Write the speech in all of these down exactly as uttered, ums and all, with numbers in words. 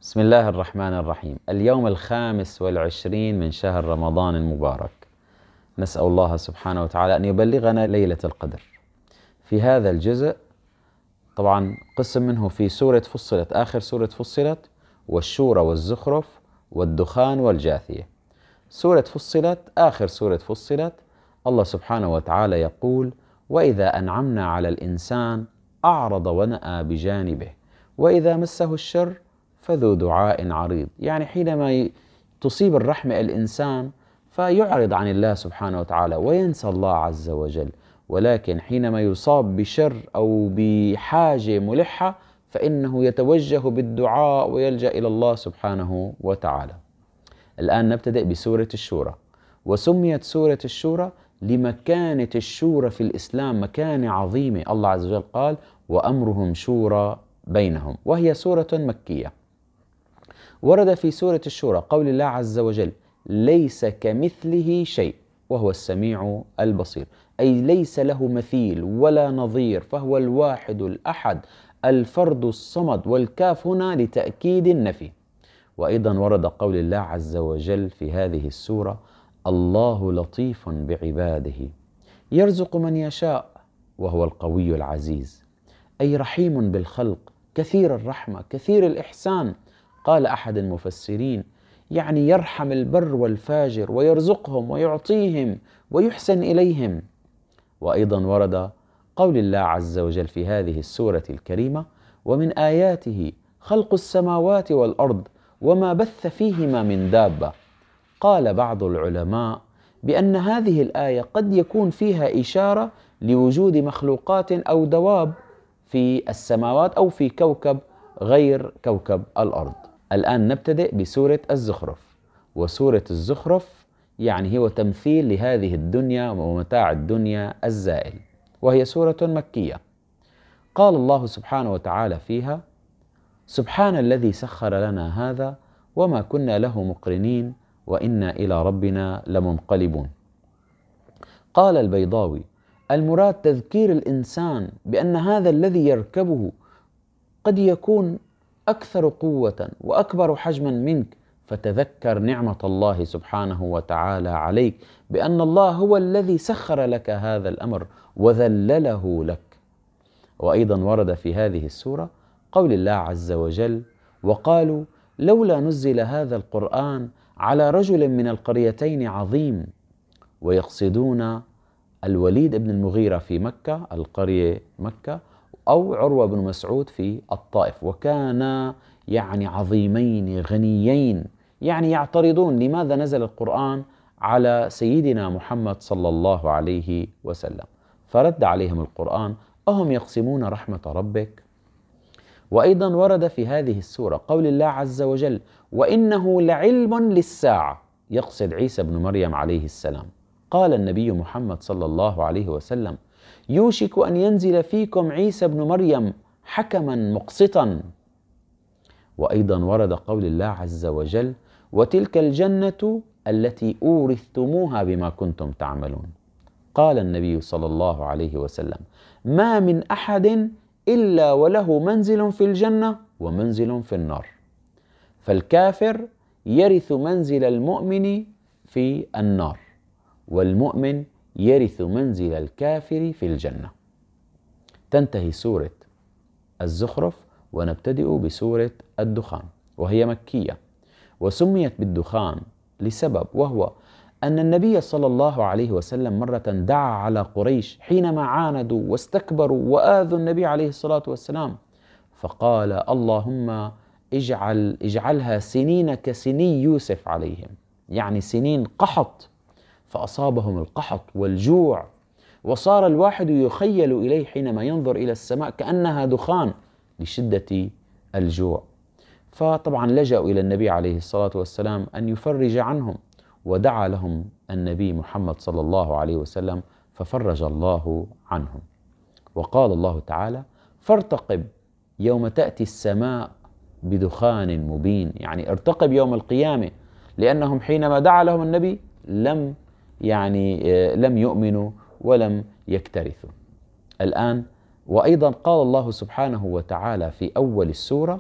بسم الله الرحمن الرحيم. اليوم الخامس والعشرين من شهر رمضان المبارك، نسأل الله سبحانه وتعالى أن يبلغنا ليلة القدر. في هذا الجزء طبعا قسم منه في سورة فصلت، آخر سورة فصلت، والشورى والزخرف والدخان والجاثية. سورة فصلت آخر سورة فصلت، الله سبحانه وتعالى يقول: وإذا أنعمنا على الإنسان أعرض ونأى بجانبه وإذا مسه الشر فذو دعاء عريض. يعني حينما تصيب الرحمة الإنسان فيعرض عن الله سبحانه وتعالى وينسى الله عز وجل، ولكن حينما يصاب بشر أو بحاجة ملحة فإنه يتوجه بالدعاء ويلجأ إلى الله سبحانه وتعالى. الآن نبتدئ بسورة الشورى. وسميت سورة الشورى لمكانة الشورى في الإسلام، مكانة عظيمة. الله عز وجل قال: وأمرهم شورى بينهم، وهي سورة مكية. ورد في سورة الشورى قول الله عز وجل: ليس كمثله شيء وهو السميع البصير، أي ليس له مثيل ولا نظير، فهو الواحد الأحد الفرد الصمد، والكاف هنا لتأكيد النفي. وأيضا ورد قول الله عز وجل في هذه السورة: الله لطيف بعباده يرزق من يشاء وهو القوي العزيز، أي رحيم بالخلق، كثير الرحمة كثير الإحسان. قال أحد المفسرين: يعني يرحم البر والفاجر ويرزقهم ويعطيهم ويحسن إليهم. وأيضا ورد قول الله عز وجل في هذه السورة الكريمة: ومن آياته خلق السماوات والأرض وما بث فيهما من دابة. قال بعض العلماء بأن هذه الآية قد يكون فيها إشارة لوجود مخلوقات أو دواب في السماوات أو في كوكب غير كوكب الأرض. الآن نبتدئ بسورة الزخرف. وسورة الزخرف يعني هو تمثيل لهذه الدنيا ومتاع الدنيا الزائل، وهي سورة مكية. قال الله سبحانه وتعالى فيها: سبحان الذي سخر لنا هذا وما كنا له مقرنين وإنا إلى ربنا لمنقلبون. قال البيضاوي: المراد تذكير الإنسان بأن هذا الذي يركبه قد يكون أكثر قوة وأكبر حجما منك، فتذكر نعمة الله سبحانه وتعالى عليك بأن الله هو الذي سخر لك هذا الأمر وذلله لك. وأيضا ورد في هذه السورة قول الله عز وجل: وقالوا لولا نزل هذا القرآن على رجل من القريتين عظيم. ويقصدون الوليد بن المغيرة في مكة، القرية مكة، أو عروة بن مسعود في الطائف، وكانا يعني عظيمين غنيين، يعني يعترضون لماذا نزل القرآن على سيدنا محمد صلى الله عليه وسلم. فرد عليهم القرآن: أهم يقسمون رحمة ربك؟ وأيضا ورد في هذه السورة قول الله عز وجل: وإنه لعلم للساعة، يقصد عيسى بن مريم عليه السلام. قال النبي محمد صلى الله عليه وسلم: يوشك أن ينزل فيكم عيسى بن مريم حكما مقسطا. وأيضا ورد قول الله عز وجل: وتلك الجنة التي أورثتموها بما كنتم تعملون. قال النبي صلى الله عليه وسلم: ما من أحد إلا وله منزل في الجنة ومنزل في النار، فالكافر يرث منزل المؤمن في النار، والمؤمن يرث منزل الكافر في الجنة. تنتهي سورة الزخرف ونبتدئ بسورة الدخان، وهي مكية. وسميت بالدخان لسبب، وهو أن النبي صلى الله عليه وسلم مرة دعا على قريش حينما عاندوا واستكبروا وآذوا النبي عليه الصلاة والسلام، فقال: اللهم اجعل اجعلها سنين كسني يوسف عليهم، يعني سنين قحط. فأصابهم القحط والجوع، وصار الواحد يخيل إليه حينما ينظر إلى السماء كأنها دخان لشدة الجوع. فطبعا لجأوا إلى النبي عليه الصلاة والسلام أن يفرج عنهم، ودعا لهم النبي محمد صلى الله عليه وسلم ففرج الله عنهم. وقال الله تعالى: فارتقب يوم تأتي السماء بدخان مبين، يعني ارتقب يوم القيامة، لأنهم حينما دعا لهم النبي لم يعني لم يؤمنوا ولم يكترثوا. الآن وأيضا قال الله سبحانه وتعالى في أول السورة: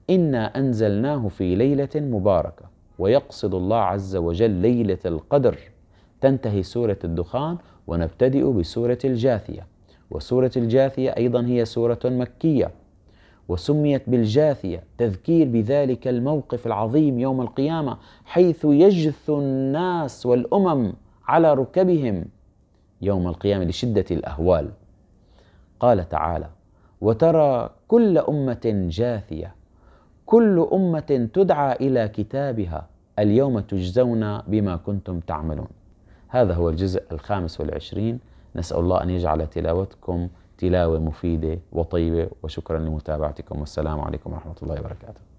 إنا أنزلناه في ليلة مباركة، ويقصد الله عز وجل ليلة القدر. تنتهي سورة الدخان ونبتدئ بسورة الجاثية، وسورة الجاثية أيضا هي سورة مكية، وسميت بالجاثية تذكير بذلك الموقف العظيم يوم القيامة، حيث يجث الناس والأمم على ركبهم يوم القيامة لشدة الأهوال. قال تعالى: وترى كل أمة جاثية، كل أمة تدعى إلى كتابها اليوم تجزون بما كنتم تعملون. هذا هو الجزء الخامس والعشرين. نسأل الله أن يجعل تلاوتكم تلاوة مفيدة وطيبة، وشكرا لمتابعتكم، والسلام عليكم ورحمة الله وبركاته.